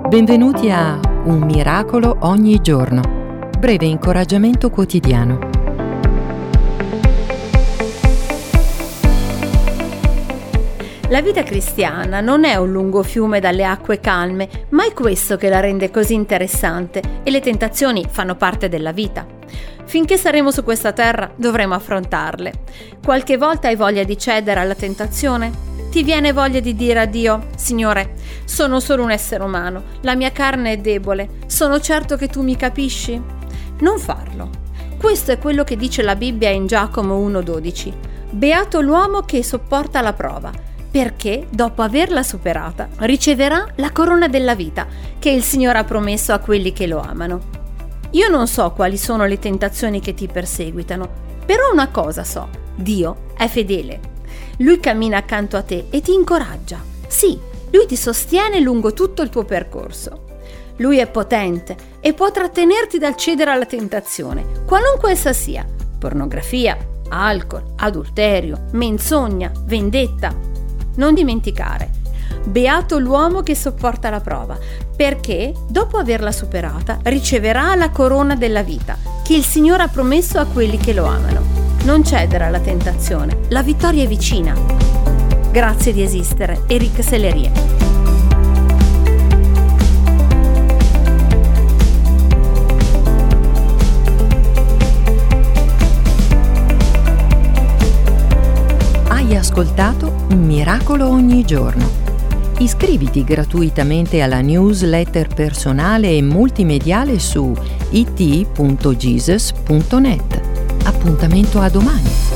Benvenuti a Un miracolo ogni giorno. Breve incoraggiamento quotidiano. La vita cristiana non è un lungo fiume dalle acque calme, ma è questo che la rende così interessante, e le tentazioni fanno parte della vita. Finché saremo su questa terra dovremo affrontarle. Qualche volta hai voglia di cedere alla tentazione? Ti viene voglia di dire a Dio: Signore, sono solo un essere umano, la mia carne è debole, sono certo che tu mi capisci? Non farlo. Questo è quello che dice la Bibbia in Giacomo 1,12. Beato l'uomo che sopporta la prova, perché dopo averla superata riceverà la corona della vita che il Signore ha promesso a quelli che lo amano. Io non so quali sono le tentazioni che ti perseguitano, però una cosa so: Dio è fedele. Lui cammina accanto a te e ti incoraggia. Sì, Lui ti sostiene lungo tutto il tuo percorso. Lui è potente e può trattenerti dal cedere alla tentazione, qualunque essa sia: pornografia, alcol, adulterio, menzogna, vendetta. Non dimenticare: beato l'uomo che sopporta la prova, perché dopo averla superata riceverà la corona della vita che il Signore ha promesso a quelli che lo amano. Non cedere alla tentazione, la vittoria è vicina. Grazie di esistere, Eric Sellerie. Hai ascoltato Un miracolo ogni giorno. Iscriviti gratuitamente alla newsletter personale e multimediale su it.jesus.net. Appuntamento a domani.